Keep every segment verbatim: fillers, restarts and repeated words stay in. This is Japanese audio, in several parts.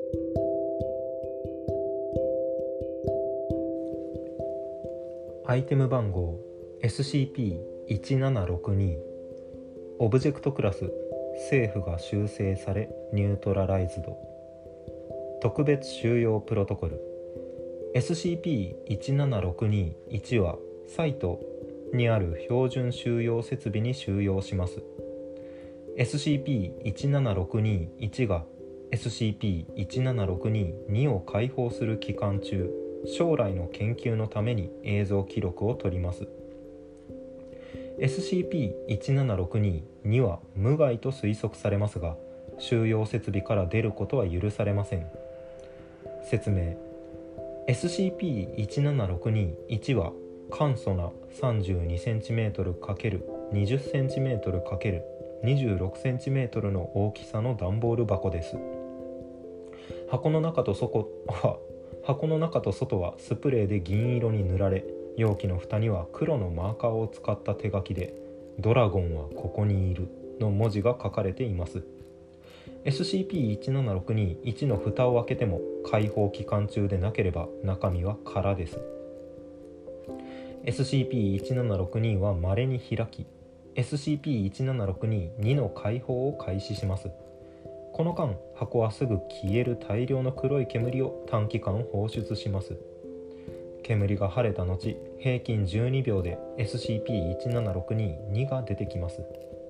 アイテム番号 エスシーピーいちななろくに オブジェクトクラス政府が修正されニュートラライズド特別収容プロトコル エスシーピーいちななろくにいち はサイトにある標準収容設備に収容します。 エスシーピーいちななろくにいち が エスシーピーいちななろくにに を開放する期間中、将来の研究のために映像記録を取ります。 エスシーピーいちななろくにに は無害と推測されますが、収容設備から出ることは許されません。説明。 エスシーピーいちななろくにいち は簡素な さんじゅうにセンチメートル×にじゅっセンチメートル×にじゅうろくセンチメートル の大きさの段ボール箱です。箱の中と外は箱の中と外はスプレーで銀色に塗られ、容器の蓋には黒のマーカーを使った手書きでドラゴンはここにいるの文字が書かれています。 エスシーピーいちななろくにいち の蓋を開けても開放期間中でなければ中身は空です。 エスシーピーいちななろくに は稀に開き エスシーピーいちななろくにに の開放を開始します。この間、箱はすぐ消える大量の黒い煙を短期間放出します。煙が晴れた後、平均じゅうにびょうで エスシーピーいちななろくにに が出てきます。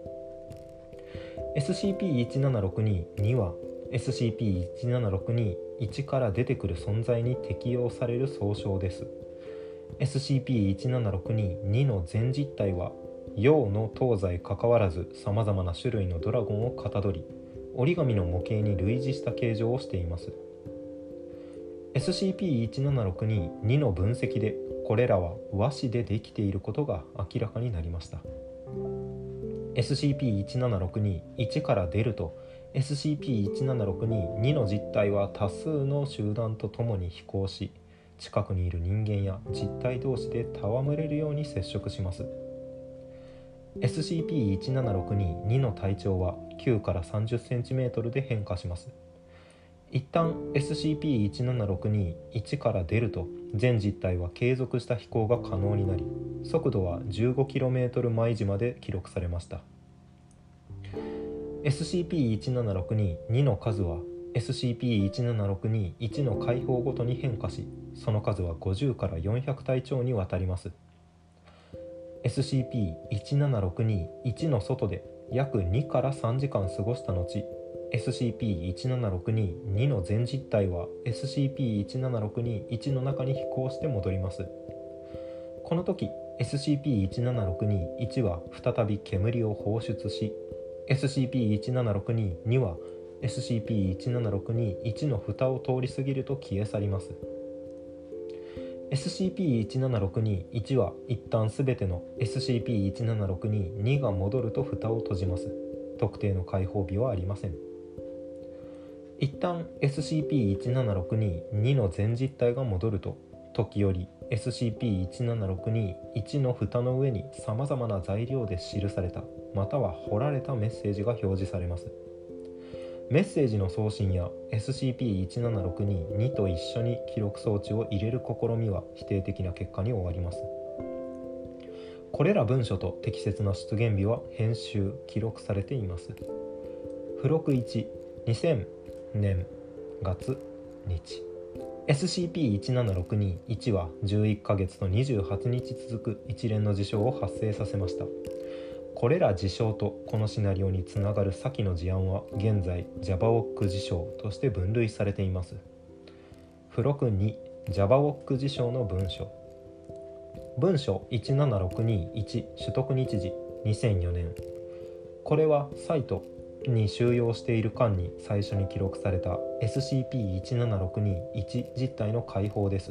エスシーピーいちななろくにに は エスシーピーいちななろくにいち から出てくる存在に適用される総称です。 エスシーピーいちななろくにに の全実体は洋の東西関わらずさまざまな種類のドラゴンをかたどり、折り紙の模型に類似した形状をしています。 エスシーピーいちななろくにに の分析でこれらは和紙でできていることが明らかになりました。 エスシーピーいちななろくにいち から出ると エスシーピーいちななろくにに の実体は多数の集団と共に飛行し、近くにいる人間や実体同士で戯れるように接触します。 エスシーピーいちななろくにに の体長はきゅうからさんじゅっセンチメートル で変化します。一旦 エスシーピーいちななろくにいち から出ると全実体は継続した飛行が可能になり、速度は じゅうごキロメートル 毎時まで記録されました。 エスシーピーいちななろくにに の数は エスシーピーいちななろくにいち の開放ごとに変化し、その数はごじゅうからよんひゃく体超にわたります。 エスシーピーいちななろくにいち の外で約にからさんじかん過ごした後、 エスシーピーいちななろくにに の全実体は エスシーピーいちななろくにいち の中に飛行して戻ります。この時 エスシーピーいちななろくにいち は再び煙を放出し、 エスシーピーいちななろくにに は エスシーピーいちななろくにいち の蓋を通り過ぎると消え去ります。エスシーピーいちななろくにいち は一旦すべての エスシーピーいちななろくにに が戻ると蓋を閉じます。特定の開放日はありません。一旦 エスシーピーいちななろくにに の全実体が戻ると、時折 エスシーピーいちななろくにいち の蓋の上にさまざまな材料で記されたまたは彫られたメッセージが表示されます。メッセージの送信や エスシーピーいちななろくにに と一緒に記録装置を入れる試みは否定的な結果に終わります。これら文書と適切な出現日は編集・記録されています。付録いち、にせんねん月日 エスシーピーいちななろくにいち はじゅういっかげつとにじゅうはちにち続く一連の事象を発生させました。これら事象とこのシナリオにつながる先の事案は現在 ジャバウォック 事象として分類されています。付録に、ジャバウォック 事象の文書。文書いちななろくにいち取得日時にせんよねん。これはサイトに収容している間に最初に記録された エスシーピーいちななろくにいち 実体の解放です。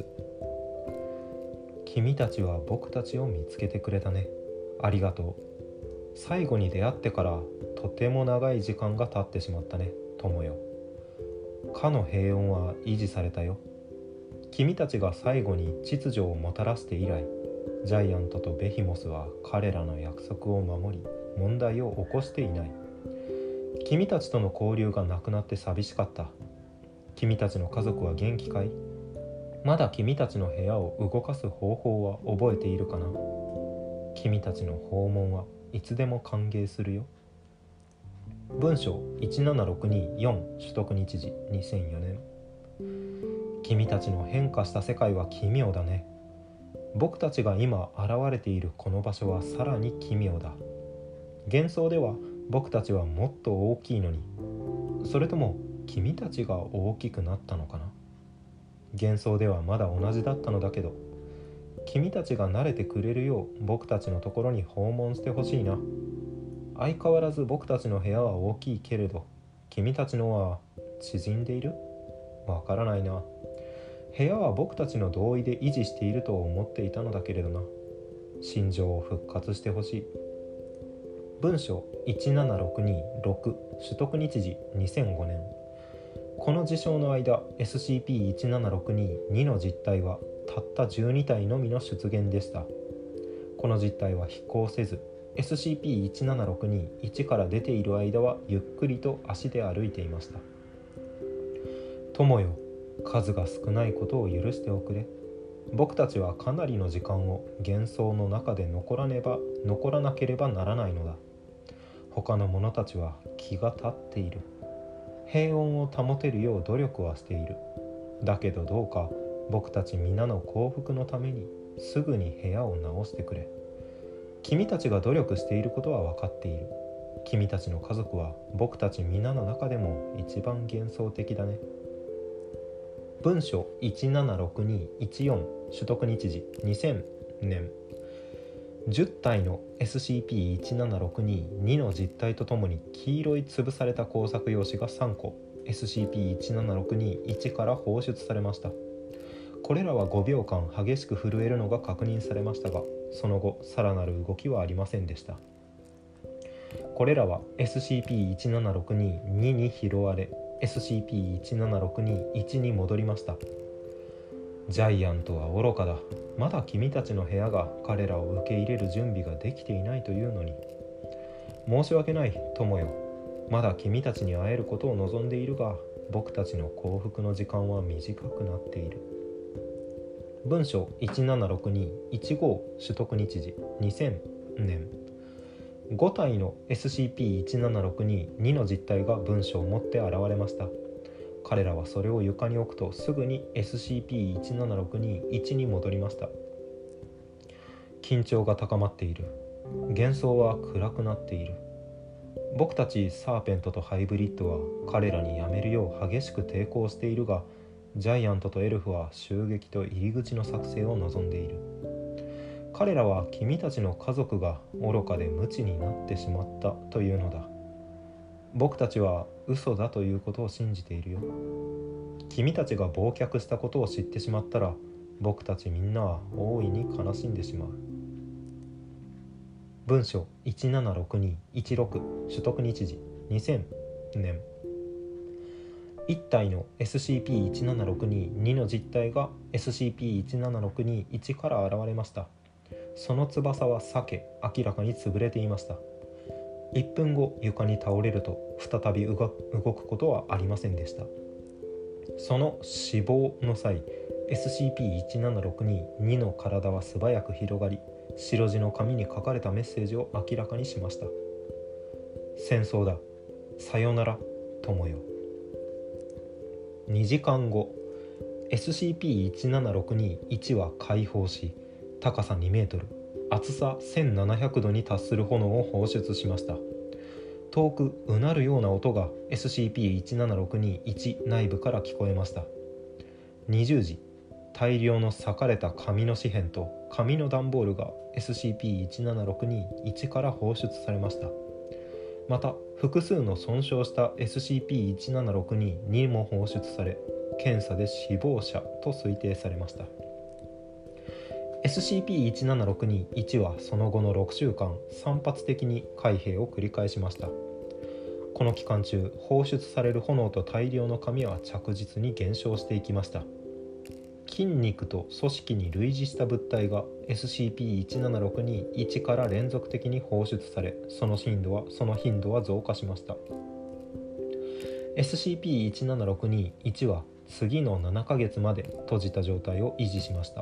君たちは僕たちを見つけてくれたね。ありがとう。最後に出会ってからとても長い時間が経ってしまったね、友よ。かの平穏は維持されたよ。君たちが最後に秩序をもたらして以来、ジャイアントとベヒモスは彼らの約束を守り、問題を起こしていない。君たちとの交流がなくなって寂しかった。 君たちの家族は元気かい？まだ君たちの部屋を動かす方法は覚えているかな？君たちの訪問はいつでも歓迎するよ。文章いちななろくによん取得日時にせんよねん。君たちの変化した世界は奇妙だね。僕たちが今現れているこの場所はさらに奇妙だ。幻想では僕たちはもっと大きいのに、それとも君たちが大きくなったのかな。幻想ではまだ同じだったのだけど、君たちが慣れてくれるよう僕たちのところに訪問してほしいな。相変わらず僕たちの部屋は大きいけれど、君たちのは縮んでいる？わからないな。部屋は僕たちの同意で維持していると思っていたのだけれどな。心情を復活してほしい。文章いちななろくにろく取得日時にせんごねん。この事象の間 エスシーピーいちななろくにに の実体はたったじゅうにたいのみの出現でした。この実体は飛行せず エスシーピーいちななろくにいち から出ている間はゆっくりと足で歩いていました。友よ、数が少ないことを許しておくれ。僕たちはかなりの時間を幻想の中で残らねば残らなければならないのだ。他の者たちは気が立っている。平穏を保てるよう努力はしている。だけどどうか僕たち皆の幸福のためにすぐに部屋を直してくれ。君たちが努力していることは分かっている。君たちの家族は僕たち皆の中でも一番幻想的だね。文書いちななろくにいちよん取得日時にせんねん。じゅったいの エスシーピーいちななろくにに の実体とともに黄色い潰された工作用紙がさんこ エスシーピーいちななろくにいち から放出されました。これらはごびょうかん激しく震えるのが確認されましたが、その後さらなる動きはありませんでした。これらは エスシーピーいちななろくにに に拾われ エスシーピーいちななろくにいち に戻りました。ジャイアントは愚かだ。まだ君たちの部屋が彼らを受け入れる準備ができていないというのに。申し訳ない友よ。まだ君たちに会えることを望んでいるが、僕たちの幸福の時間は短くなっている。文章いちななろくにいちご取得日時にせんねん。ごたいの エスシーピーいちななろくにに の実体が文章を持って現れました。彼らはそれを床に置くとすぐに エスシーピーいちななろくにいち に戻りました。緊張が高まっている。幻想は暗くなっている。僕たちサーペントとハイブリッドは彼らにやめるよう激しく抵抗しているが、ジャイアントとエルフは襲撃と入り口の作成を望んでいる。彼らは君たちの家族が愚かで無知になってしまったというのだ。僕たちは嘘だということを信じているよ。君たちが忘却したことを知ってしまったら、僕たちみんなは大いに悲しんでしまう。文書いちななろくにいちろく取得日時にせんねん。いったいの エスシーピーいちななろくにに の実体が エスシーピーいちななろくにいち から現れました。その翼は裂け、明らかに潰れていました。いっぷんご床に倒れると再び動くことはありませんでした。その死亡の際 エスシーピーいちななろくにに の体は素早く広がり、白地の紙に書かれたメッセージを明らかにしました。戦争だ。さよなら友よ。にじかんご エスシーピーいちななろくにいち は解放し、高さにメートル、厚させんななひゃくどに達する炎を放出しました。遠くうなるような音が エスシーピーいちななろくにいち 内部から聞こえました。にじゅうじ、大量の裂かれた紙の紙片と紙の段ボールが エスシーピーいちななろくにいち から放出されました。また複数の損傷した エスシーピーいちななろくにに も放出され、検査で死亡者と推定されました。エスシーピーいちななろくにいち はその後のろくしゅうかん散発的に開閉を繰り返しました。この期間中、放出される炎と大量の紙は着実に減少していきました。筋肉と組織に類似した物体が エスシーピーいちななろくにいち から連続的に放出され、その頻度はその頻度は増加しました。エスシーピーいちななろくにいち は次のななかげつまで閉じた状態を維持しました。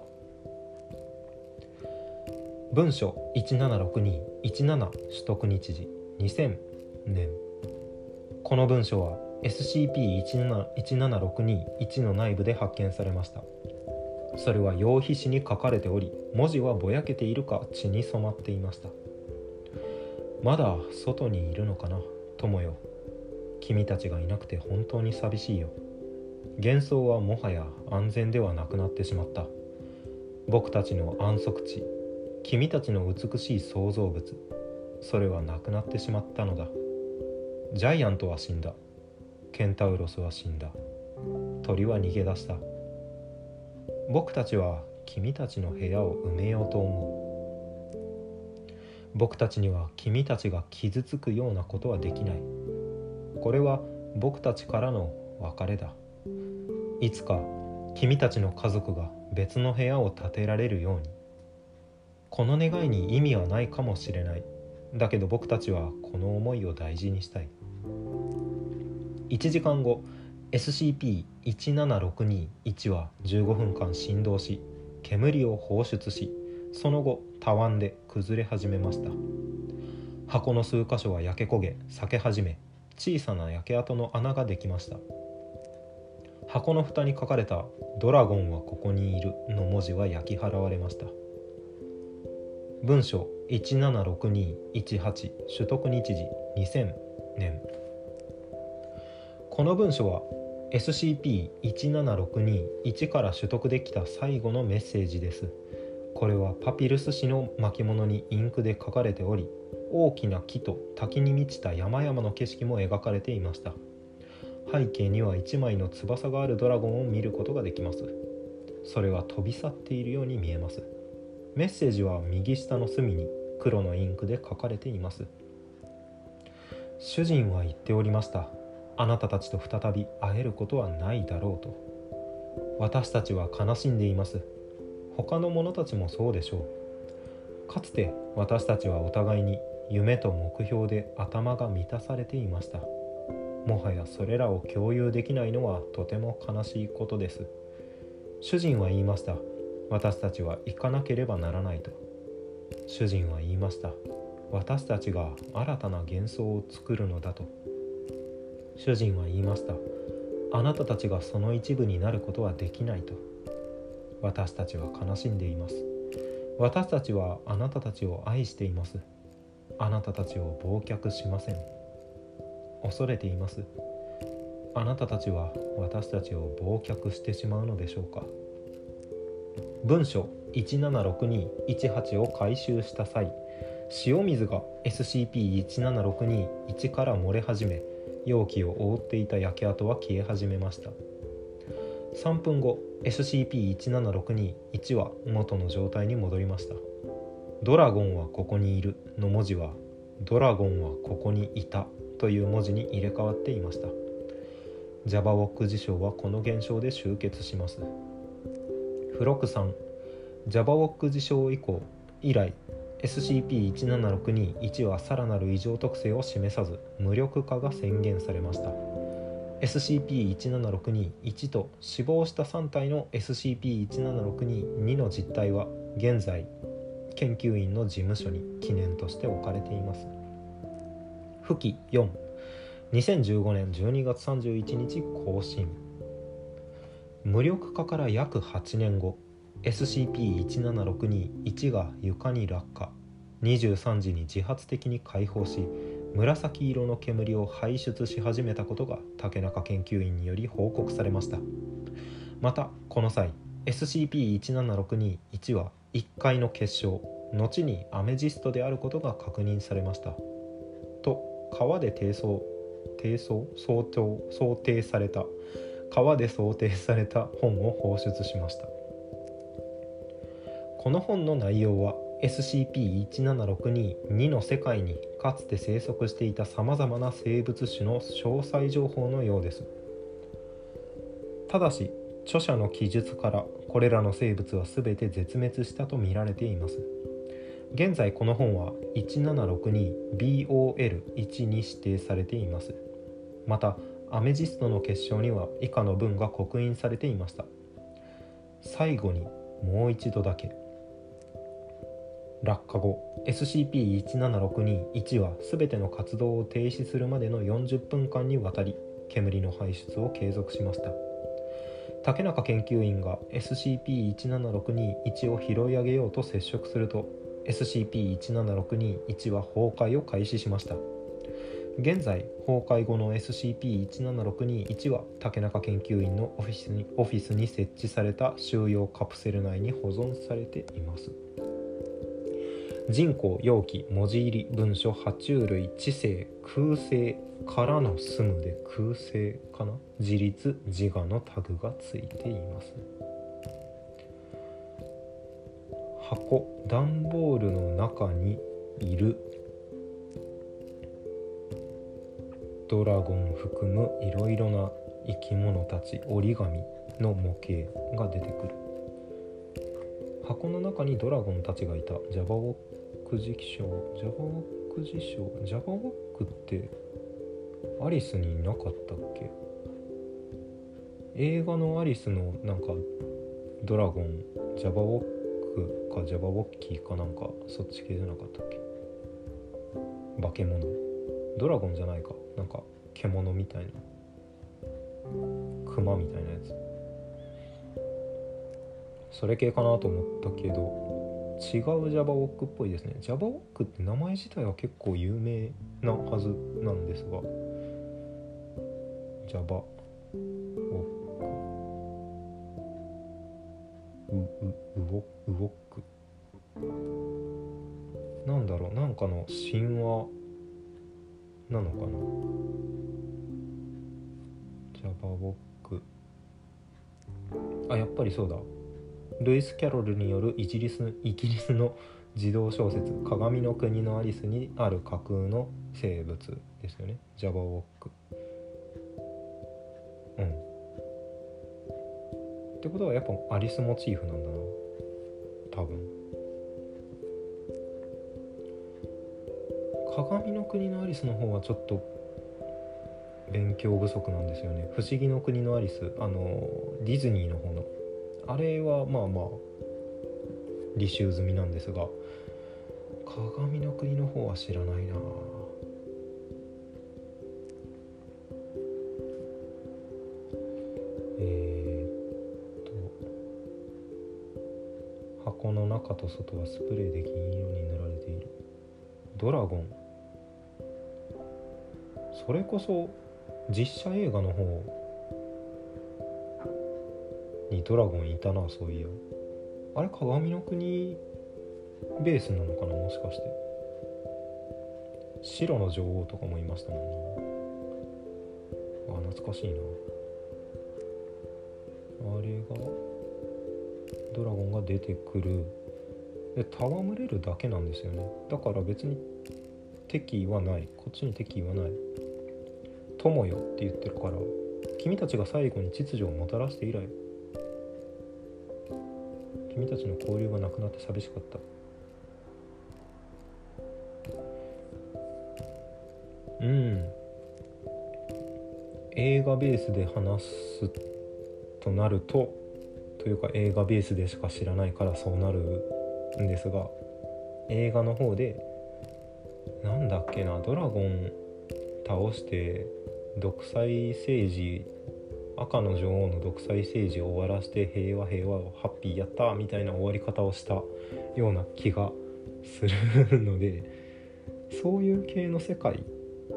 文書いちななろくにいちなな取得日時にせんねん。この文書は エスシーピーいちななろくにいち の内部で発見されました。それは羊皮紙に書かれており、文字はぼやけているか血に染まっていました。まだ外にいるのかな、友よ。君たちがいなくて本当に寂しいよ。幻想はもはや安全ではなくなってしまった。僕たちの安息地、君たちの美しい創造物、それはなくなってしまったのだ。ジャイアントは死んだ。ケンタウロスは死んだ。鳥は逃げ出した。僕たちは君たちの部屋を埋めようと思う。僕たちには君たちが傷つくようなことはできない。これは僕たちからの別れだ。いつか君たちの家族が別の部屋を建てられるように。この願いに意味はないかもしれない。だけど僕たちはこの思いを大事にしたい。いちじかんご、エスシーピーいちななろくにいち はじゅうごふんかん振動し、煙を放出し、その後たわんで崩れ始めました。箱の数箇所は焼け焦げ、裂け始め、小さな焼け跡の穴ができました。箱の蓋に書かれたドラゴンはここにいるの文字は焼き払われました。文書いちななろくにいちはち取得日時にせんねん。この文書は エスシーピーいちななろくにいち から取得できた最後のメッセージです。これはパピルス紙の巻物にインクで書かれており、大きな木と滝に満ちた山々の景色も描かれていました。背景にはいちまいの翼があるドラゴンを見ることができます。それは飛び去っているように見えます。メッセージは右下の隅に黒のインクで書かれています。主人は言っておりました。あなたたちと再び会えることはないだろうと。私たちは悲しんでいます。他の者たちもそうでしょう。かつて私たちはお互いに夢と目標で頭が満たされていました。もはやそれらを共有できないのはとても悲しいことです。主人は言いました。私たちは行かなければならないと。主人は言いました。私たちが新たな幻想を作るのだと。主人は言いました。あなたたちがその一部になることはできないと。私たちは悲しんでいます。私たちはあなたたちを愛しています。あなたたちを忘却しません。恐れています。あなたたちは私たちを忘却してしまうのでしょうか。文書いちななろくにいちはちを回収した際、塩水が エスシーピーいちななろくにいち から漏れ始め、容器を覆っていた焼け跡は消え始めました。さんぷんご、エスシーピーいちななろくにいち は元の状態に戻りました。ドラゴンはここにいるの文字はドラゴンはここにいたという文字に入れ替わっていました。ジャバウォック事象はこの現象で終結します。付録さん、ジャバウォック事象以降以来 エスシーピーいちななろくにいち はさらなる異常特性を示さず無力化が宣言されました。 エスシーピーいちななろくにいち と死亡したさん体の エスシーピーいちななろくにに の実態は現在研究員の事務所に記念として置かれています。付記よん、にせんじゅうごねんじゅうにがつさんじゅういちにち更新。無力化から約はちねんご、エスシーピーいちななろくにいち が床に落下、にじゅうさんじに自発的に解放し、紫色の煙を排出し始めたことが竹中研究員により報告されました。またこの際 エスシーピーいちななろくにいち はいっかいの結晶、後にアメジストであることが確認されました。と川で提送提送想定想定された川で想定された本を放出しました。この本の内容は エスシーピーいちななろくにに の世界にかつて生息していたさまざまな生物種の詳細情報のようです。ただし著者の記述からこれらの生物は全て絶滅したと見られています。現在この本はいちななろくにビーオーエルいち に指定されています。またアメジストの結晶には以下の文が刻印されていました。最後にもう一度だけ。落下後 エスシーピーいちななろくにいち はすべての活動を停止するまでのよんじゅっぷんかんにわたり煙の排出を継続しました。竹中研究員が エスシーピーいちななろくにいち を拾い上げようと接触すると エスシーピーいちななろくにいち は崩壊を開始しました。現在崩壊後の エスシーピーいちななろくにいち は竹中研究員のオフィスに、オフィスに設置された収容カプセル内に保存されています。人口、容器、文字入り、文書、爬虫類、知性、空性からの住むで空性かな、自立、自我のタグがついています。箱、段ボールの中にいるドラゴン含むいろいろな生き物たち、折り紙の模型が出てくる。箱の中にドラゴンたちがいた。ジャバウォック辞書、ジャバウォック辞書、ジャバウォックってアリスになかったっけ？映画のアリスのなんかドラゴン、ジャバウォックかジャバウォッキーかなんかそっち系じゃなかったっけ？化け物、ドラゴンじゃないか、なんか獣みたいな、クマみたいなやつ、それ系かなと思ったけど違うジャバウォックっぽいですね。ジャバウォックって名前自体は結構有名なはずなんですが、ジャバウォック、ウウウォウォックなんだろう、なんかの神話なのかな。ジャバウォック、あ、やっぱりそうだ、ルイス・キャロルによるイギリス、イギリスの児童小説「鏡の国のアリス」にある架空の生物ですよね、ジャバウォック。うんってことはやっぱアリスモチーフなんだな、多分。鏡の国のアリスの方はちょっと勉強不足なんですよね。不思議の国のアリス、あのディズニーの方のあれはまあまあ履修済みなんですが、鏡の国の方は知らないな。えー、っと箱の中と外はスプレーで銀色に塗られている。ドラゴン、それこそ実写映画の方にドラゴンいたな、そういや。あれ鏡の国ベースなのかな、もしかして。白の女王とかもいましたもんな。あ、懐かしいな。あれがドラゴンが出てくる。で戯れるだけなんですよね。だから別に敵意はない、こっちに敵意はない。友よって言ってるから、君たちが最後に秩序をもたらして以来、君たちの交流がなくなって寂しかった。うん、映画ベースで話すとなると、というか映画ベースでしか知らないからそうなるんですが、映画の方でなんだっけな、ドラゴン倒して独裁政治、赤の女王の独裁政治を終わらせて平和平和をハッピーやったみたいな終わり方をしたような気がするので、そういう系の世界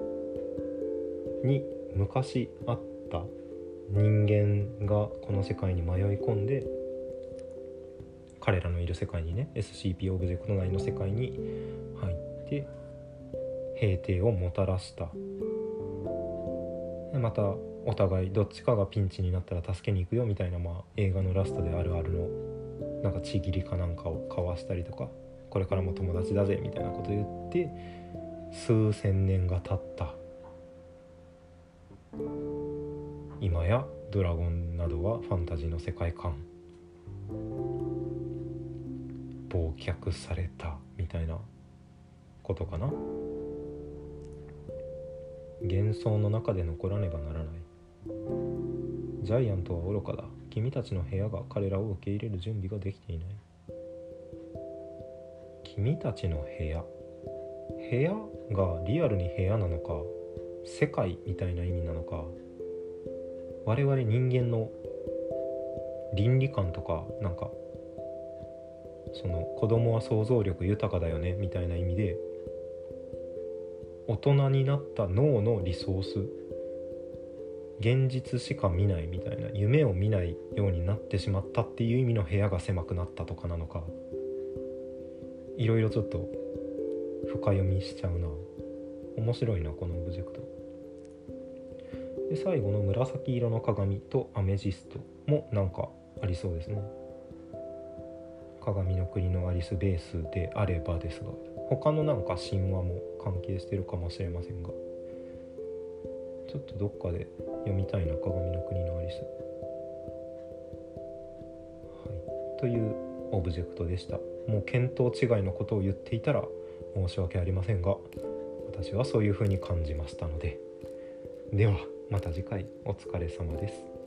に昔あった人間がこの世界に迷い込んで、彼らのいる世界にね、 エスシーピー オブジェクト内の世界に入って平定をもたらした。でまたお互いどっちかがピンチになったら助けに行くよみたいな、まあ映画のラストであるあるのなんかちぎりかなんかを交わしたりとか、これからも友達だぜみたいなこと言って数千年が経った今やドラゴンなどはファンタジーの世界観、忘却されたみたいなことかな。幻想の中で残らねばならない。 ジャイアントは愚かだ。君たちの部屋が彼らを受け入れる準備ができていない。君たちの部屋、部屋がリアルに部屋なのか、世界みたいな意味なのか、我々人間の倫理観とか、なんかその子供は想像力豊かだよねみたいな意味で、大人になった脳のリソース、現実しか見ないみたいな、夢を見ないようになってしまったっていう意味の部屋が狭くなったとかなのか、いろいろちょっと深読みしちゃうな。面白いなこのオブジェクトで。最後の紫色の鏡とアメジストもなんかありそうですね。鏡の国のアリスベースであればですが、他のなんか神話も関係してるかもしれませんが、ちょっとどっかで読みたいな、鏡の国のアリス、はい、というオブジェクトでした。もう見当違いのことを言っていたら申し訳ありませんが、私はそういうふうに感じましたので。ではまた次回お疲れ様です。